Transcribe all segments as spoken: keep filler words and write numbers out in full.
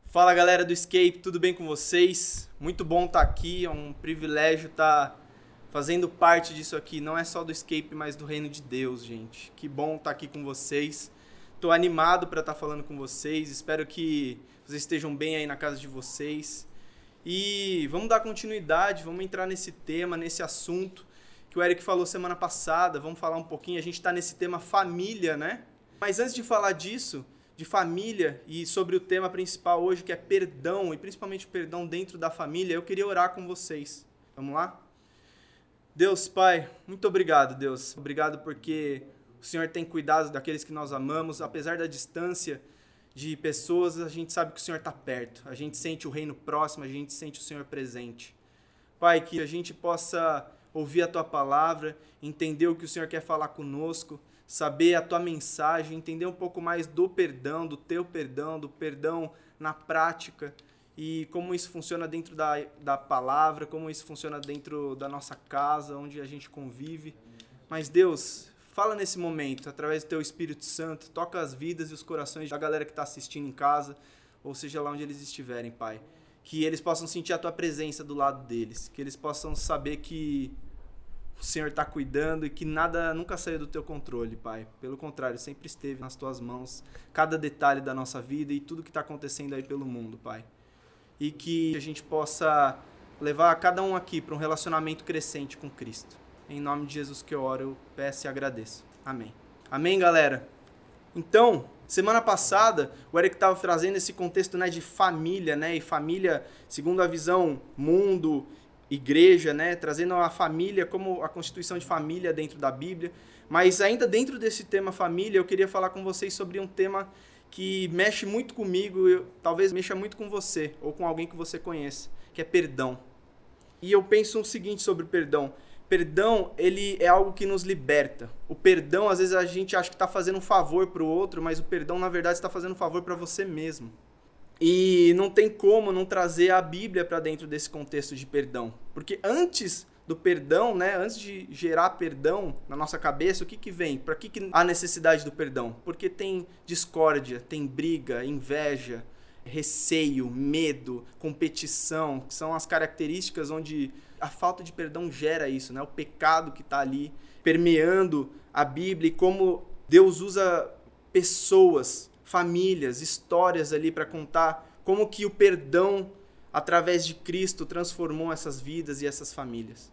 Fala galera do Escape, tudo bem com vocês? Muito bom estar aqui, é um privilégio estar fazendo parte disso aqui. Não é só do Escape, mas do Reino de Deus, gente. Que bom estar aqui com vocês. Estou animado para estar falando com vocês, espero que vocês estejam bem aí na casa de vocês. E vamos dar continuidade, vamos entrar nesse tema, nesse assunto que o Eric falou semana passada. Vamos falar um pouquinho, a gente está nesse tema família, né? Mas antes de falar disso, de família e sobre o tema principal hoje, que é perdão, e principalmente perdão dentro da família, eu queria orar com vocês. Vamos lá? Deus, Pai, muito obrigado, Deus. Obrigado porque o Senhor tem cuidado daqueles que nós amamos, apesar da distância de pessoas, a gente sabe que o Senhor está perto. A gente sente o reino próximo, a gente sente o Senhor presente. Pai, que a gente possa ouvir a Tua palavra, entender o que o Senhor quer falar conosco, saber a Tua mensagem, entender um pouco mais do perdão, do Teu perdão, do perdão na prática e como isso funciona dentro da, da palavra, como isso funciona dentro da nossa casa, onde a gente convive. Mas Deus, fala nesse momento, através do Teu Espírito Santo, toca as vidas e os corações da galera que está assistindo em casa, ou seja lá onde eles estiverem, Pai. Que eles possam sentir a Tua presença do lado deles, que eles possam saber que o Senhor está cuidando e que nada nunca saiu do Teu controle, Pai. Pelo contrário, sempre esteve nas Tuas mãos, cada detalhe da nossa vida e tudo que está acontecendo aí pelo mundo, Pai. E que a gente possa levar cada um aqui para um relacionamento crescente com Cristo. Em nome de Jesus que eu oro, eu peço e agradeço. Amém. Amém, galera? Então, semana passada, o Eric estava trazendo esse contexto, né, de família, né? E família, segundo a visão mundo, igreja, né, trazendo a família como a constituição de família dentro da Bíblia. Mas ainda dentro desse tema família, eu queria falar com vocês sobre um tema que mexe muito comigo, eu, talvez mexa muito com você, ou com alguém que você conheça, que é perdão. E eu penso o seguinte sobre o perdão. Perdão, ele é algo que nos liberta. O perdão, às vezes a gente acha que está fazendo um favor para o outro, mas o perdão, na verdade, está fazendo um favor para você mesmo. E não tem como não trazer a Bíblia para dentro desse contexto de perdão. Porque antes do perdão, né, antes de gerar perdão na nossa cabeça, o que, que vem? Para que, que há necessidade do perdão? Porque tem discórdia, tem briga, inveja, receio, medo, competição, que são as características onde a falta de perdão gera isso, né? O pecado que está ali permeando a Bíblia e como Deus usa pessoas, famílias, histórias ali para contar como que o perdão, através de Cristo, transformou essas vidas e essas famílias.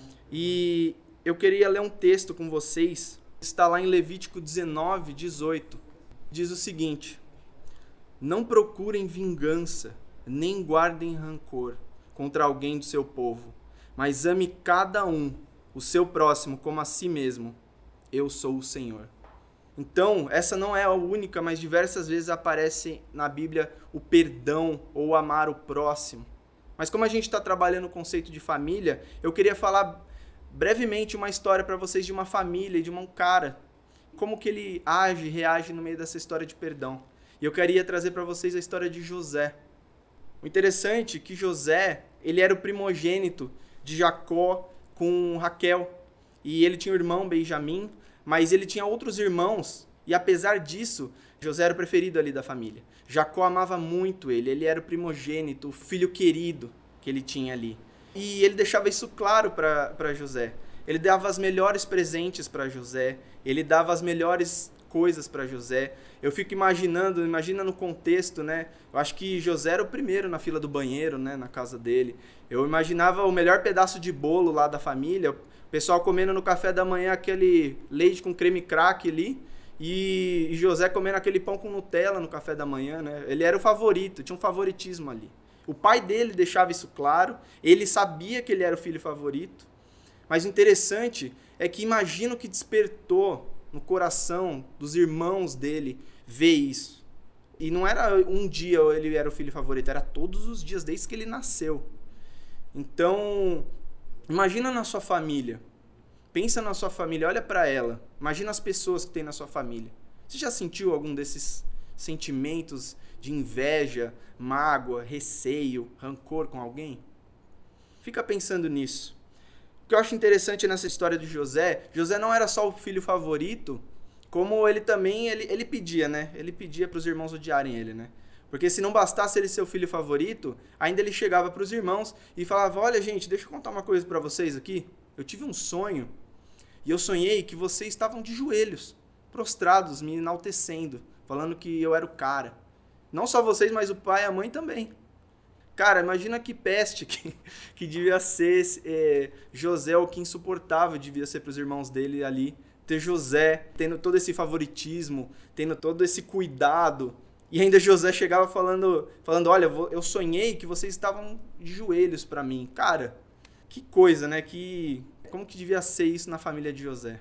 E eu queria ler um texto com vocês, está lá em Levítico dezenove, dezoito. Diz o seguinte: não procurem vingança, nem guardem rancor contra alguém do seu povo, mas ame cada um, o seu próximo, como a si mesmo. Eu sou o Senhor. Então, essa não é a única, mas diversas vezes aparece na Bíblia o perdão ou amar o próximo. Mas como a gente está trabalhando o conceito de família, eu queria falar brevemente uma história para vocês de uma família, de um cara, como que ele age, reage no meio dessa história de perdão. E eu queria trazer para vocês a história de José. O interessante é que José, ele era o primogênito de Jacó com Raquel. E ele tinha um irmão, Benjamim, mas ele tinha outros irmãos, e apesar disso, José era o preferido ali da família. Jacó amava muito ele, ele era o primogênito, o filho querido que ele tinha ali. E ele deixava isso claro para José. Ele dava as melhores presentes para José, ele dava as melhores coisas para José. Eu fico imaginando, imagina no contexto, né? Eu acho que José era o primeiro na fila do banheiro, né, na casa dele. Eu imaginava o melhor pedaço de bolo lá da família, o pessoal comendo no café da manhã aquele leite com creme crack ali, e José comendo aquele pão com Nutella no café da manhã, né? Ele era o favorito, tinha um favoritismo ali. O pai dele deixava isso claro, ele sabia que ele era o filho favorito, mas o interessante é que imagina o que despertou no coração dos irmãos dele ver isso. E não era um dia ele era o filho favorito, era todos os dias desde que ele nasceu. Então, imagina na sua família. Pensa na sua família, olha para ela. Imagina as pessoas que tem na sua família. Você já sentiu algum desses sentimentos de inveja, mágoa, receio, rancor com alguém? Fica pensando nisso. O que eu acho interessante nessa história de José, José não era só o filho favorito, como ele também, ele, ele pedia, né? Ele pedia para os irmãos odiarem ele, né? Porque se não bastasse ele ser o filho favorito, ainda ele chegava para os irmãos e falava, olha gente, deixa eu contar uma coisa para vocês aqui. Eu tive um sonho e eu sonhei que vocês estavam de joelhos, prostrados, me enaltecendo, falando que eu era o cara. Não só vocês, mas o pai e a mãe também. Cara, imagina que peste que, que devia ser é, José, o que insuportável devia ser para os irmãos dele ali. Ter José tendo todo esse favoritismo, tendo todo esse cuidado. E ainda José chegava falando, falando olha, eu sonhei que vocês estavam de joelhos para mim. Cara, que coisa, né? Que, como que devia ser isso na família de José?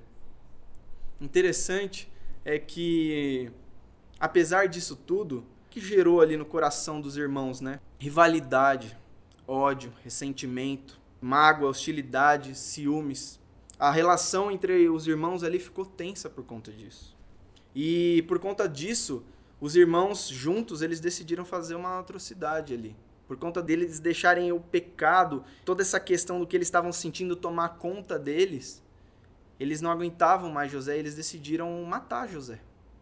Interessante é que, apesar disso tudo, que gerou ali no coração dos irmãos, né? Rivalidade, ódio, ressentimento, mágoa, hostilidade, ciúmes. A relação entre os irmãos ali ficou tensa por conta disso. E por conta disso, os irmãos juntos, eles decidiram fazer uma atrocidade ali. Por conta deles deixarem o pecado, toda essa questão do que eles estavam sentindo tomar conta deles, eles não aguentavam mais José, eles decidiram matar José.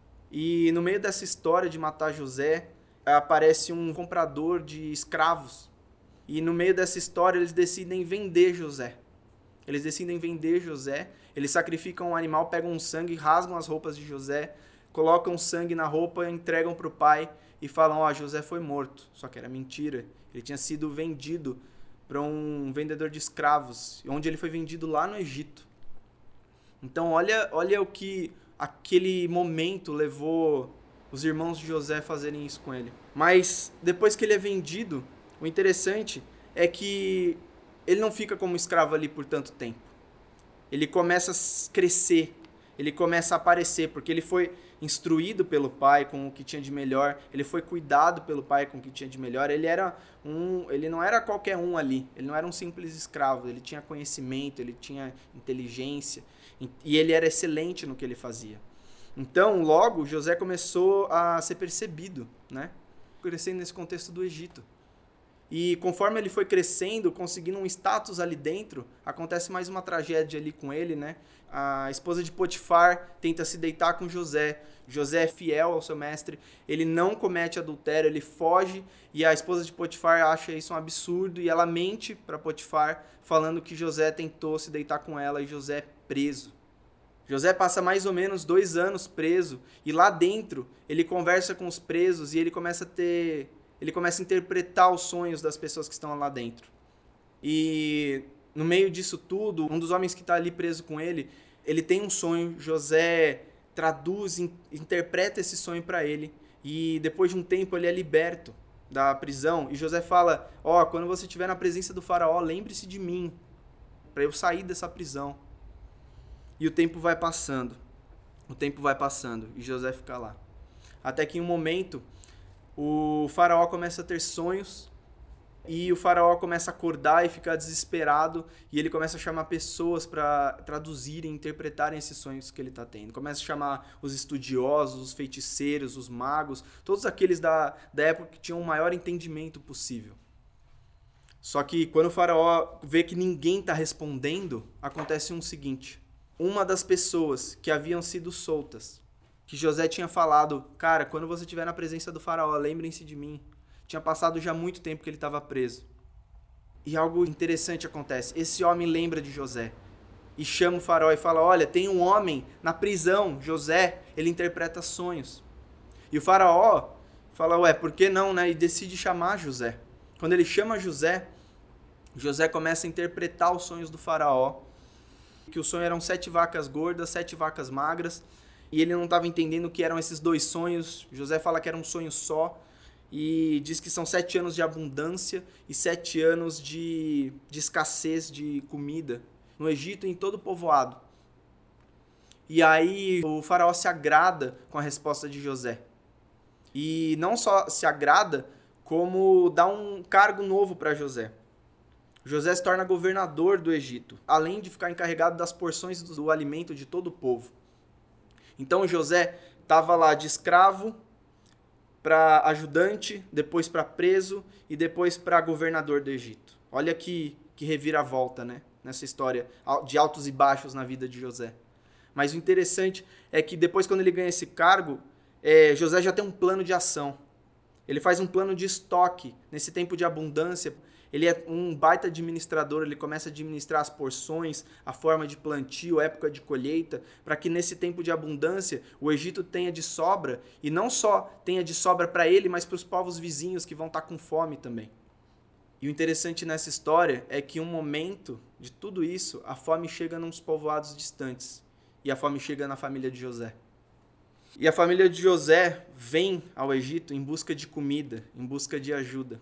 E no meio dessa história de matar José, aparece um comprador de escravos. E no meio dessa história, eles decidem vender José. Eles decidem vender José, eles sacrificam um animal, pegam um sangue, rasgam as roupas de José, colocam sangue na roupa, entregam para o pai e falam, ó, oh, José foi morto. Só que era mentira. Ele tinha sido vendido para um vendedor de escravos, onde ele foi vendido lá no Egito. Então, olha, olha o que aquele momento levou os irmãos de José a fazerem isso com ele. Mas, depois que ele é vendido, o interessante é que ele não fica como escravo ali por tanto tempo. Ele começa a crescer, ele começa a aparecer, porque ele foi instruído pelo pai com o que tinha de melhor, ele foi cuidado pelo pai com o que tinha de melhor, ele era um, ele não era qualquer um ali, ele não era um simples escravo, ele tinha conhecimento, ele tinha inteligência, e ele era excelente no que ele fazia. Então, logo, José começou a ser percebido, né? Crescendo nesse contexto do Egito. E conforme ele foi crescendo, conseguindo um status ali dentro, acontece mais uma tragédia ali com ele, né? A esposa de Potifar tenta se deitar com José. José é fiel ao seu mestre, ele não comete adultério, ele foge, e a esposa de Potifar acha isso um absurdo, e ela mente para Potifar, falando que José tentou se deitar com ela, e José é preso. José passa mais ou menos dois anos preso, e lá dentro ele conversa com os presos, e ele começa a ter... ele começa a interpretar os sonhos das pessoas que estão lá dentro. E no meio disso tudo, um dos homens que está ali preso com ele, ele tem um sonho, José traduz, interpreta esse sonho para ele, e depois de um tempo ele é liberto da prisão, e José fala, ó, oh, quando você estiver na presença do faraó, lembre-se de mim, para eu sair dessa prisão. E o tempo vai passando, o tempo vai passando, e José fica lá. Até que em um momento, o faraó começa a ter sonhos, e o faraó começa a acordar e ficar desesperado, e ele começa a chamar pessoas para traduzirem, interpretarem esses sonhos que ele está tendo. Começa a chamar os estudiosos, os feiticeiros, os magos, todos aqueles da, da época que tinham o maior entendimento possível. Só que quando o faraó vê que ninguém está respondendo, acontece um seguinte: uma das pessoas que haviam sido soltas, que José tinha falado, cara, quando você estiver na presença do faraó, lembrem-se de mim. Tinha passado já muito tempo que ele estava preso. E algo interessante acontece. Esse homem lembra de José e chama o faraó e fala, olha, tem um homem na prisão, José, ele interpreta sonhos. E o faraó fala, ué, por que não, né? E decide chamar José. Quando ele chama José, José começa a interpretar os sonhos do faraó, que o sonho eram sete vacas gordas, sete vacas magras, e ele não estava entendendo o que eram esses dois sonhos. José fala que era um sonho só, e diz que são sete anos de abundância e sete anos de, de escassez de comida no Egito e em todo o povoado. E aí o faraó se agrada com a resposta de José. E não só se agrada, como dá um cargo novo para José. José se torna governador do Egito, além de ficar encarregado das porções do alimento de todo o povo. Então José estava lá de escravo para ajudante, depois para preso e depois para governador do Egito. Olha que, que reviravolta, né? Nessa história de altos e baixos na vida de José. Mas o interessante é que depois, quando ele ganha esse cargo, é, José já tem um plano de ação. Ele faz um plano de estoque nesse tempo de abundância. Ele é um baita administrador, ele começa a administrar as porções, a forma de plantio, a época de colheita, para que nesse tempo de abundância o Egito tenha de sobra, e não só tenha de sobra para ele, mas para os povos vizinhos que vão estar com fome também. E o interessante nessa história é que em um momento de tudo isso, a fome chega nos povoados distantes, e a fome chega na família de José. E a família de José vem ao Egito em busca de comida, em busca de ajuda.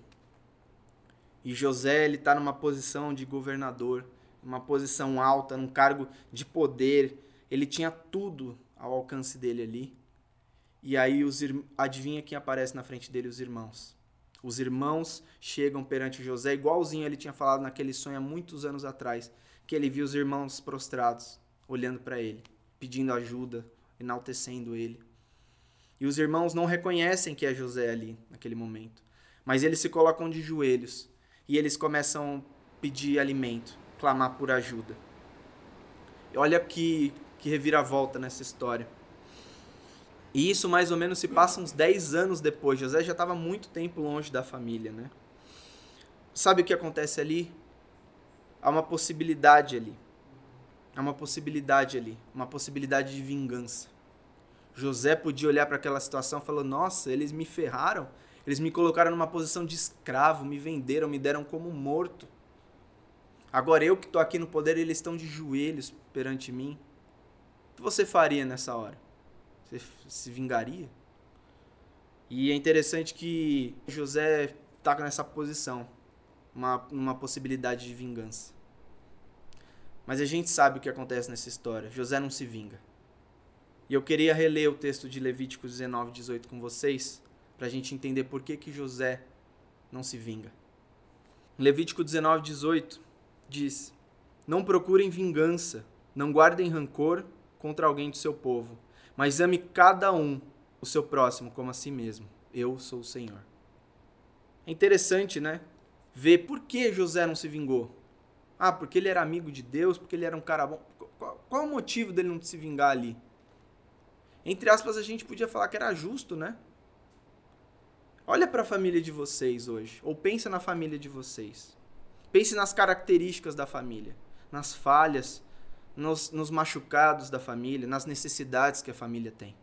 E José ele está numa posição de governador, uma posição alta, num cargo de poder. Ele tinha tudo ao alcance dele ali. E aí os adivinha quem aparece na frente dele? Os irmãos. Os irmãos chegam perante José, igualzinho ele tinha falado naquele sonho há muitos anos atrás, que ele viu os irmãos prostrados, olhando para ele, pedindo ajuda, enaltecendo ele. E os irmãos não reconhecem que é José ali, naquele momento. Mas eles se colocam de joelhos e eles começam a pedir alimento, clamar por ajuda. E olha que, que reviravolta nessa história. E isso mais ou menos se passa uns dez anos depois. José já estava muito tempo longe da família, né? Sabe o que acontece ali? Há uma possibilidade ali. Há uma possibilidade ali. Uma possibilidade de vingança. José podia olhar para aquela situação e falar, nossa, eles me ferraram. Eles me colocaram numa posição de escravo, me venderam, me deram como morto. Agora eu que estou aqui no poder, eles estão de joelhos perante mim. O que você faria nessa hora? Você se vingaria? E é interessante que José está nessa posição, uma, uma possibilidade de vingança. Mas a gente sabe o que acontece nessa história. José não se vinga. E eu queria reler o texto de Levíticos dezenove, dezoito com vocês, para a gente entender por que, que José não se vinga. Levítico dezenove, dezoito diz, não procurem vingança, não guardem rancor contra alguém do seu povo, mas ame cada um o seu próximo como a si mesmo. Eu sou o Senhor. É interessante, né? Ver por que José não se vingou. Ah, porque ele era amigo de Deus, porque ele era um cara bom. Qual, qual é o motivo dele não se vingar ali? Entre aspas, a gente podia falar que era justo, né? Olha para a família de vocês hoje, ou pensa na família de vocês. Pense nas características da família, nas falhas, nos, nos machucados da família, nas necessidades que a família tem.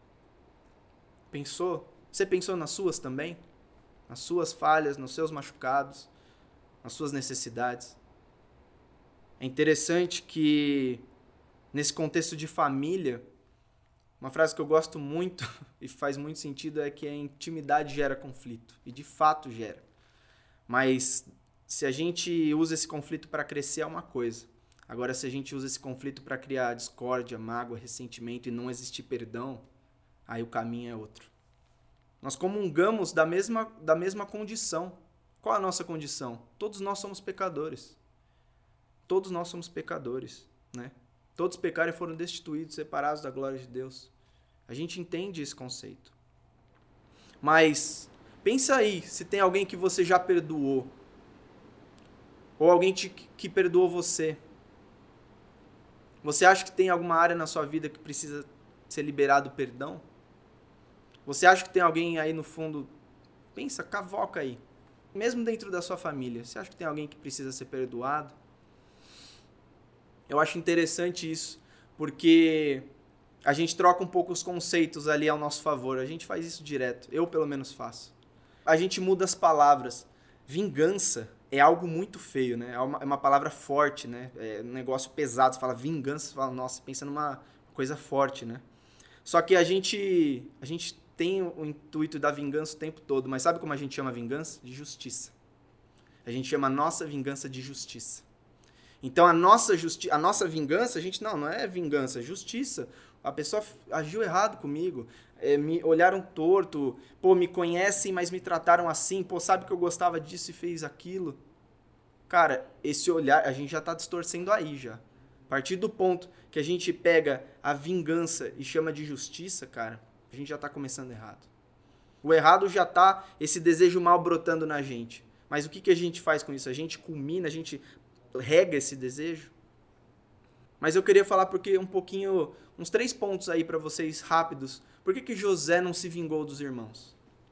Pensou? Você pensou nas suas também? Nas suas falhas, nos seus machucados, nas suas necessidades? É interessante que, nesse contexto de família, uma frase que eu gosto muito e faz muito sentido é que a intimidade gera conflito. E de fato gera. Mas se a gente usa esse conflito para crescer é uma coisa. Agora, se a gente usa esse conflito para criar discórdia, mágoa, ressentimento e não existir perdão, aí o caminho é outro. Nós comungamos da mesma, da mesma condição. Qual a nossa condição? Todos nós somos pecadores. Todos nós somos pecadores, né? Todos pecaram e foram destituídos, separados da glória de Deus. A gente entende esse conceito. Mas pensa aí, se tem alguém que você já perdoou, ou alguém te, que perdoou você. Você acha que tem alguma área na sua vida que precisa ser liberado perdão? Você acha que tem alguém aí no fundo? Pensa, cavoca aí. Mesmo dentro da sua família, você acha que tem alguém que precisa ser perdoado? Eu acho interessante isso, porque a gente troca um pouco os conceitos ali ao nosso favor. A gente faz isso direto. Eu, pelo menos, faço. A gente muda as palavras. Vingança é algo muito feio, né? É uma, é uma palavra forte, né? É um negócio pesado. Você fala vingança, você fala, nossa, pensa numa coisa forte, né? Só que a gente, a gente tem o intuito da vingança o tempo todo. Mas sabe como a gente chama vingança? De justiça. A gente chama a nossa vingança de justiça. Então, a nossa, justi- a nossa vingança, a gente, não, não é vingança, é justiça. A pessoa agiu errado comigo, é, me olharam torto, pô, me conhecem, mas me trataram assim, pô, sabe que eu gostava disso e fez aquilo. Cara, esse olhar, a gente já tá distorcendo aí já. A partir do ponto que a gente pega a vingança e chama de justiça, cara, a gente já tá começando errado. O errado já tá, esse desejo mal brotando na gente. Mas o que, que a gente faz com isso? A gente culmina, a gente rega esse desejo. Mas eu queria falar porque um pouquinho, uns três pontos aí para vocês rápidos. Por que, que José não se vingou dos irmãos?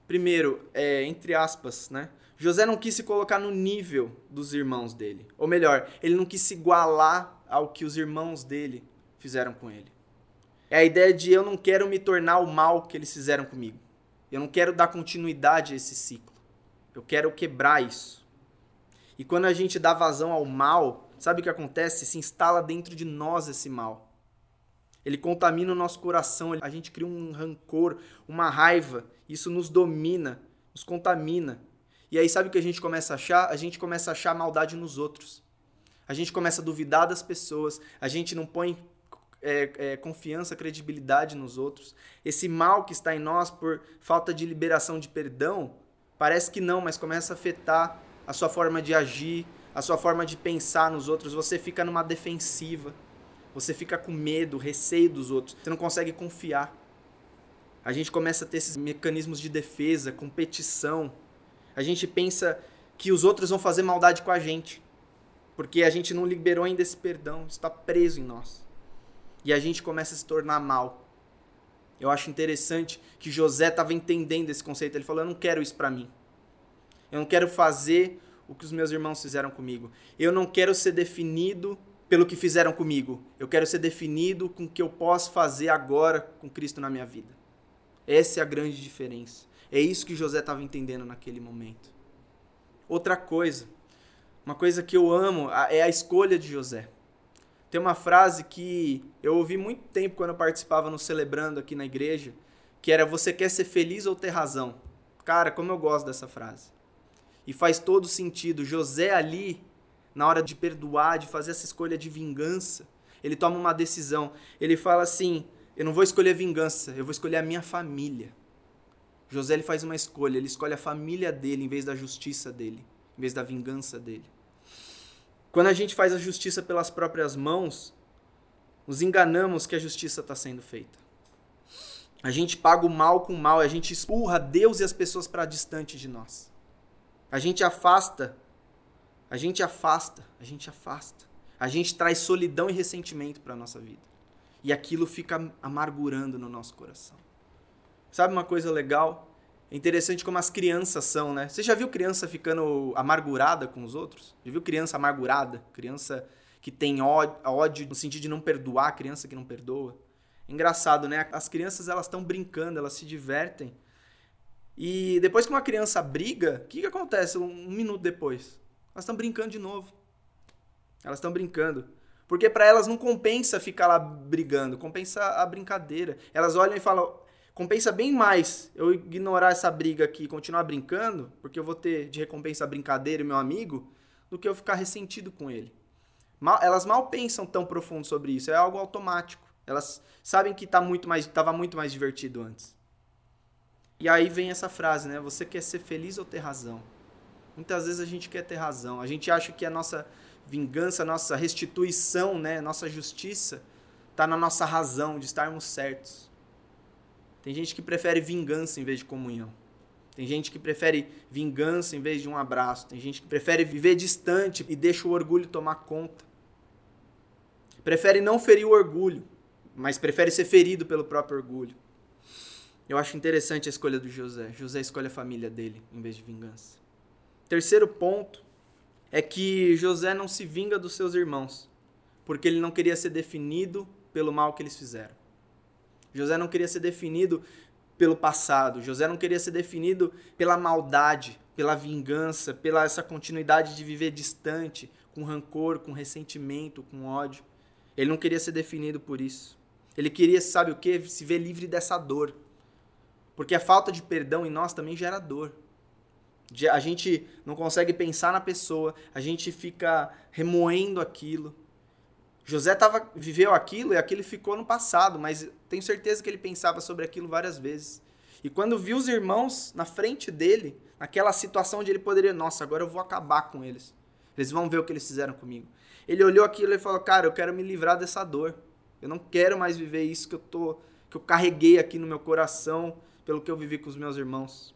Primeiro, é, entre aspas, né? José não quis se colocar no nível dos irmãos dele. Ou melhor, ele não quis se igualar ao que os irmãos dele fizeram com ele. É a ideia de eu não quero me tornar o mal que eles fizeram comigo. Eu não quero dar continuidade a esse ciclo. Eu quero quebrar isso. E quando a gente dá vazão ao mal, sabe o que acontece? Se instala dentro de nós esse mal. Ele contamina o nosso coração, a gente cria um rancor, uma raiva, isso nos domina, nos contamina. E aí sabe o que a gente começa a achar? A gente começa a achar maldade nos outros. A gente começa a duvidar das pessoas, a gente não põe é, é, confiança, credibilidade nos outros. Esse mal que está em nós por falta de liberação de perdão, parece que não, mas começa a afetar a sua forma de agir, a sua forma de pensar nos outros. Você fica numa defensiva. Você fica com medo, receio dos outros. Você não consegue confiar. A gente começa a ter esses mecanismos de defesa, competição. A gente pensa que os outros vão fazer maldade com a gente. Porque a gente não liberou ainda esse perdão. Está preso em nós. E a gente começa a se tornar mal. Eu acho interessante que José estava entendendo esse conceito. Ele falou, eu não quero isso para mim. Eu não quero fazer o que os meus irmãos fizeram comigo. Eu não quero ser definido pelo que fizeram comigo. Eu quero ser definido com o que eu posso fazer agora com Cristo na minha vida. Essa é a grande diferença. É isso que José estava entendendo naquele momento. Outra coisa, uma coisa que eu amo é a escolha de José. Tem uma frase que eu ouvi muito tempo quando eu participava no Celebrando aqui na igreja, que era, você quer ser feliz ou ter razão? Cara, como eu gosto dessa frase. E faz todo sentido. José ali, na hora de perdoar, de fazer essa escolha de vingança, ele toma uma decisão. Ele fala assim, eu não vou escolher vingança, eu vou escolher a minha família. José ele faz uma escolha, ele escolhe a família dele em vez da justiça dele, em vez da vingança dele. Quando a gente faz a justiça pelas próprias mãos, nos enganamos que a justiça está sendo feita. A gente paga o mal com o mal, a gente empurra Deus e as pessoas para distante de nós. A gente afasta A gente afasta, a gente afasta. A gente traz solidão e ressentimento para a nossa vida. E aquilo fica amargurando no nosso coração. Sabe uma coisa legal? É interessante como as crianças são, né? Você já viu criança ficando amargurada com os outros? Já viu criança amargurada? Criança que tem ódio no sentido de não perdoar, criança que não perdoa. Engraçado, né? As crianças, elas estão brincando, elas se divertem. E depois que uma criança briga, o que, que acontece um, um minuto depois? Elas estão brincando de novo. Elas estão brincando. Porque para elas não compensa ficar lá brigando, compensa a brincadeira. Elas olham e falam, compensa bem mais eu ignorar essa briga aqui e continuar brincando, porque eu vou ter de recompensa a brincadeira e meu amigo, do que eu ficar ressentido com ele. Mal, elas mal pensam tão profundo sobre isso, é algo automático. Elas sabem que tá muito mais, estava muito mais divertido antes. E aí vem essa frase, né? Você quer ser feliz ou ter razão? Muitas vezes a gente quer ter razão. A gente acha que a nossa vingança, a nossa restituição, né, nossa justiça, está na nossa razão de estarmos certos. Tem gente que prefere vingança em vez de comunhão. Tem gente que prefere vingança em vez de um abraço. Tem gente que prefere viver distante e deixa o orgulho tomar conta. Prefere não ferir o orgulho, mas prefere ser ferido pelo próprio orgulho. Eu acho interessante a escolha do José. José escolhe a família dele em vez de vingança. Terceiro ponto é que José não se vinga dos seus irmãos, porque ele não queria ser definido pelo mal que eles fizeram. José não queria ser definido pelo passado. José não queria ser definido pela maldade, pela vingança, pela essa continuidade de viver distante, com rancor, com ressentimento, com ódio. Ele não queria ser definido por isso. Ele queria, sabe o quê? Se ver livre dessa dor. Porque a falta de perdão em nós também gera dor. A gente não consegue pensar na pessoa, a gente fica remoendo aquilo. José tava, viveu aquilo e aquilo ficou no passado, mas tenho certeza que ele pensava sobre aquilo várias vezes. E quando viu os irmãos na frente dele, naquela situação onde ele poderia, nossa, agora eu vou acabar com eles. Eles vão ver o que eles fizeram comigo. Ele olhou aquilo e falou, cara, eu quero me livrar dessa dor. Eu não quero mais viver isso que eu, tô, que eu carreguei aqui no meu coração pelo que eu vivi com os meus irmãos.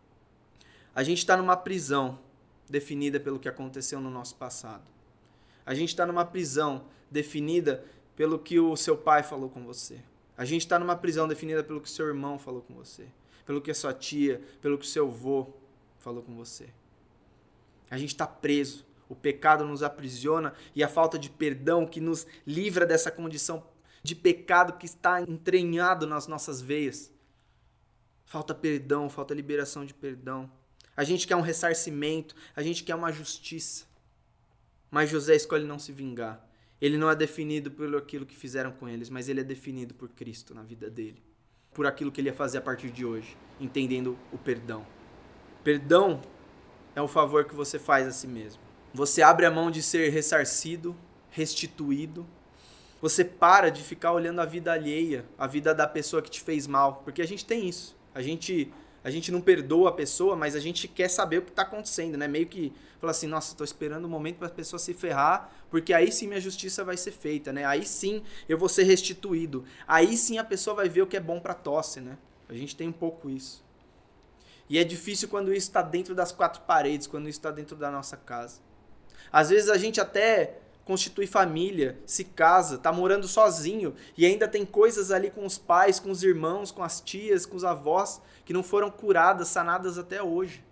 A gente está numa prisão definida pelo que aconteceu no nosso passado. A gente está numa prisão definida pelo que o seu pai falou com você. A gente está numa prisão definida pelo que o seu irmão falou com você. pelo que a sua tia, pelo que o seu avô falou com você. A gente está preso. O pecado nos aprisiona e a falta de perdão que nos livra dessa condição de pecado que está entranhado nas nossas veias. Falta perdão, falta liberação de perdão. A gente quer um ressarcimento, a gente quer uma justiça. Mas José escolhe não se vingar. Ele não é definido por aquilo que fizeram com eles, mas ele é definido por Cristo na vida dele. Por aquilo que ele ia fazer a partir de hoje, entendendo o perdão. Perdão é o favor que você faz a si mesmo. Você abre a mão de ser ressarcido, restituído. Você para de ficar olhando a vida alheia, a vida da pessoa que te fez mal. Porque a gente tem isso. A gente, a gente não perdoa a pessoa, mas a gente quer saber o que está acontecendo, né? Meio que fala assim, nossa, estou esperando um momento para a pessoa se ferrar, porque aí sim minha justiça vai ser feita, né? Aí sim eu vou ser restituído. Aí sim a pessoa vai ver o que é bom para tosse, né? A gente tem um pouco isso. E é difícil quando isso está dentro das quatro paredes, quando isso está dentro da nossa casa. Às vezes a gente até constitui família, se casa, tá morando sozinho e ainda tem coisas ali com os pais, com os irmãos, com as tias, com os avós que não foram curadas, sanadas até hoje.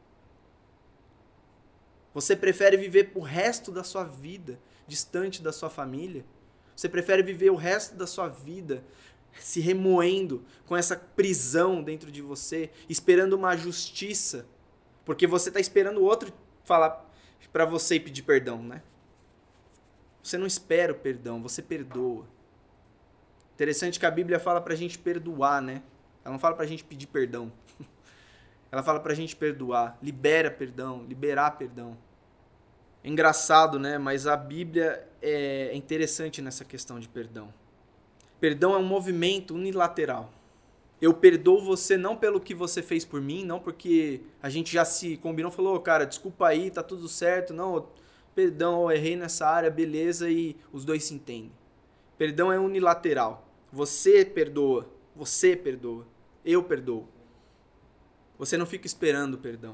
Você prefere viver o resto da sua vida distante da sua família? Você prefere viver o resto da sua vida se remoendo com essa prisão dentro de você, esperando uma justiça, porque você está esperando o outro falar para você e pedir perdão, né? Você não espera o perdão, você perdoa. Interessante que a Bíblia fala pra gente perdoar, né? Ela não fala pra gente pedir perdão. Ela fala pra gente perdoar. Libera perdão, liberar perdão. É engraçado, né? Mas a Bíblia é interessante nessa questão de perdão. Perdão é um movimento unilateral. Eu perdoo você não pelo que você fez por mim, não porque a gente já se combinou, falou, cara, desculpa aí, tá tudo certo, não, perdão, eu errei nessa área, beleza, e os dois se entendem. Perdão é unilateral. Você perdoa, você perdoa, eu perdoo. Você não fica esperando perdão.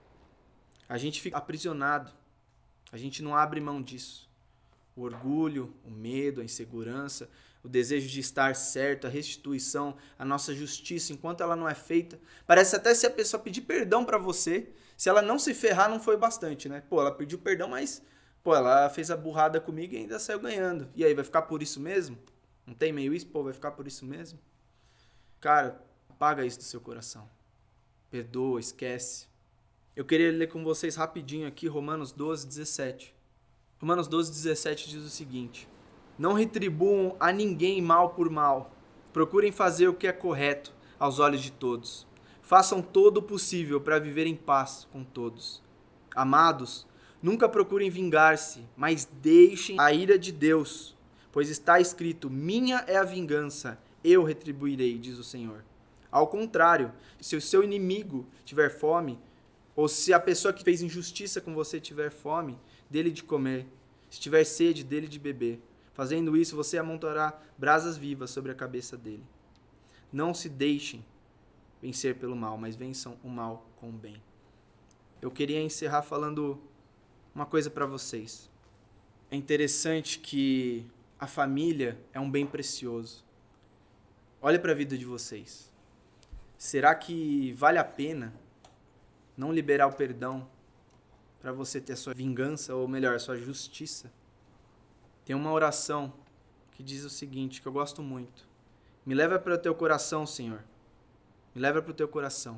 A gente fica aprisionado. A gente não abre mão disso. O orgulho, o medo, a insegurança, o desejo de estar certo, a restituição, a nossa justiça, enquanto ela não é feita. Parece até se a pessoa pedir perdão pra você, se ela não se ferrar, não foi bastante, né? Pô, ela pediu perdão, mas pô, ela fez a burrada comigo e ainda saiu ganhando. E aí, vai ficar por isso mesmo? Não tem meio isso? Pô, vai ficar por isso mesmo? Cara, apaga isso do seu coração. Perdoa, esquece. Eu queria ler com vocês rapidinho aqui Romanos doze, dezessete. Romanos doze, dezessete diz o seguinte: não retribuam a ninguém mal por mal. Procurem fazer o que é correto aos olhos de todos. Façam todo o possível para viver em paz com todos. Amados, nunca procurem vingar-se, mas deixem a ira de Deus, pois está escrito, minha é a vingança, eu retribuirei, diz o Senhor. Ao contrário, se o seu inimigo tiver fome, ou se a pessoa que fez injustiça com você tiver fome, dele de comer, se tiver sede, dele de beber. Fazendo isso, você amontoará brasas vivas sobre a cabeça dele. Não se deixem vencer pelo mal, mas vençam o mal com o bem. Eu queria encerrar falando uma coisa para vocês. É interessante que a família é um bem precioso. Olha para a vida de vocês. Será que vale a pena não liberar o perdão para você ter a sua vingança, ou melhor, a sua justiça? Tem uma oração que diz o seguinte, que eu gosto muito. Me leva para o teu coração, Senhor. Me leva para o teu coração.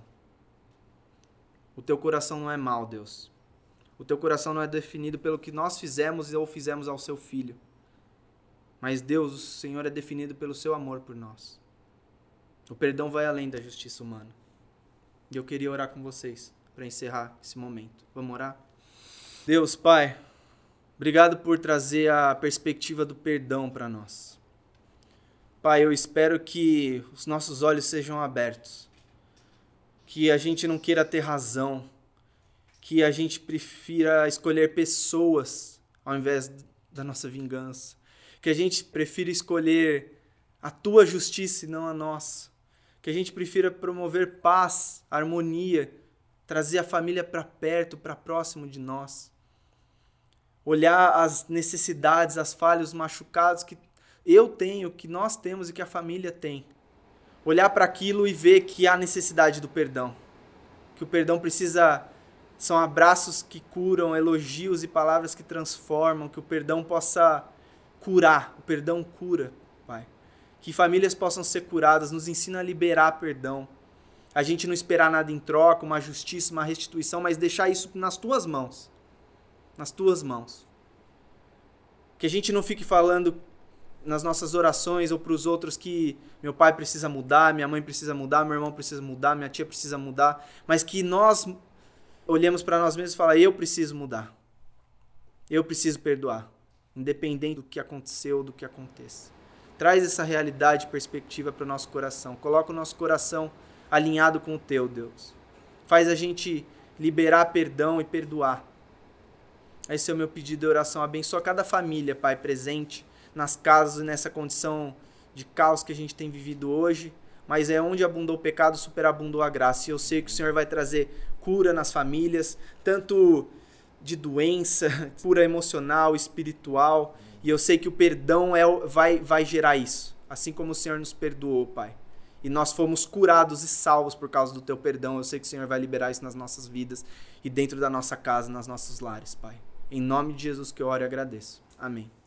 O teu coração não é mau, Deus. O teu coração não é definido pelo que nós fizemos ou fizemos ao seu filho. Mas Deus, o Senhor, é definido pelo seu amor por nós. O perdão vai além da justiça humana. E eu queria orar com vocês para encerrar esse momento. Vamos orar? Deus, Pai, obrigado por trazer a perspectiva do perdão para nós. Pai, eu espero que os nossos olhos sejam abertos. Que a gente não queira ter razão. Que a gente prefira escolher pessoas ao invés da nossa vingança. Que a gente prefira escolher a tua justiça e não a nossa. Que a gente prefira promover paz, harmonia, trazer a família para perto, para próximo de nós. Olhar as necessidades, as falhas, os machucados que eu tenho, que nós temos e que a família tem. olhar para aquilo e ver que há necessidade do perdão. Que o perdão precisa... São abraços que curam, elogios e palavras que transformam, que o perdão possa curar. O perdão cura, Pai. Que famílias possam ser curadas, nos ensina a liberar perdão. A gente não esperar nada em troca, uma justiça, uma restituição, mas deixar isso nas tuas mãos. Nas tuas mãos. Que a gente não fique falando nas nossas orações ou para os outros que meu pai precisa mudar, minha mãe precisa mudar, meu irmão precisa mudar, minha tia precisa mudar, mas que nós olhemos para nós mesmos e falamos, eu preciso mudar. Eu preciso perdoar, independente do que aconteceu ou do que aconteça. Traz essa realidade e perspectiva para o nosso coração. Coloca o nosso coração alinhado com o teu, Deus. Faz a gente liberar perdão e perdoar. Esse é o meu pedido de oração. Abençoa cada família, Pai, presente nas casas e nessa condição de caos que a gente tem vivido hoje. Mas é onde abundou o pecado, superabundou a graça. E eu sei que o Senhor vai trazer cura nas famílias, tanto de doença, cura emocional, espiritual. E eu sei que o perdão é, vai, vai gerar isso. Assim como o Senhor nos perdoou, Pai. E nós fomos curados e salvos por causa do Teu perdão. Eu sei que o Senhor vai liberar isso nas nossas vidas e dentro da nossa casa, nos nossos lares, Pai. Em nome de Jesus que eu oro e agradeço. Amém.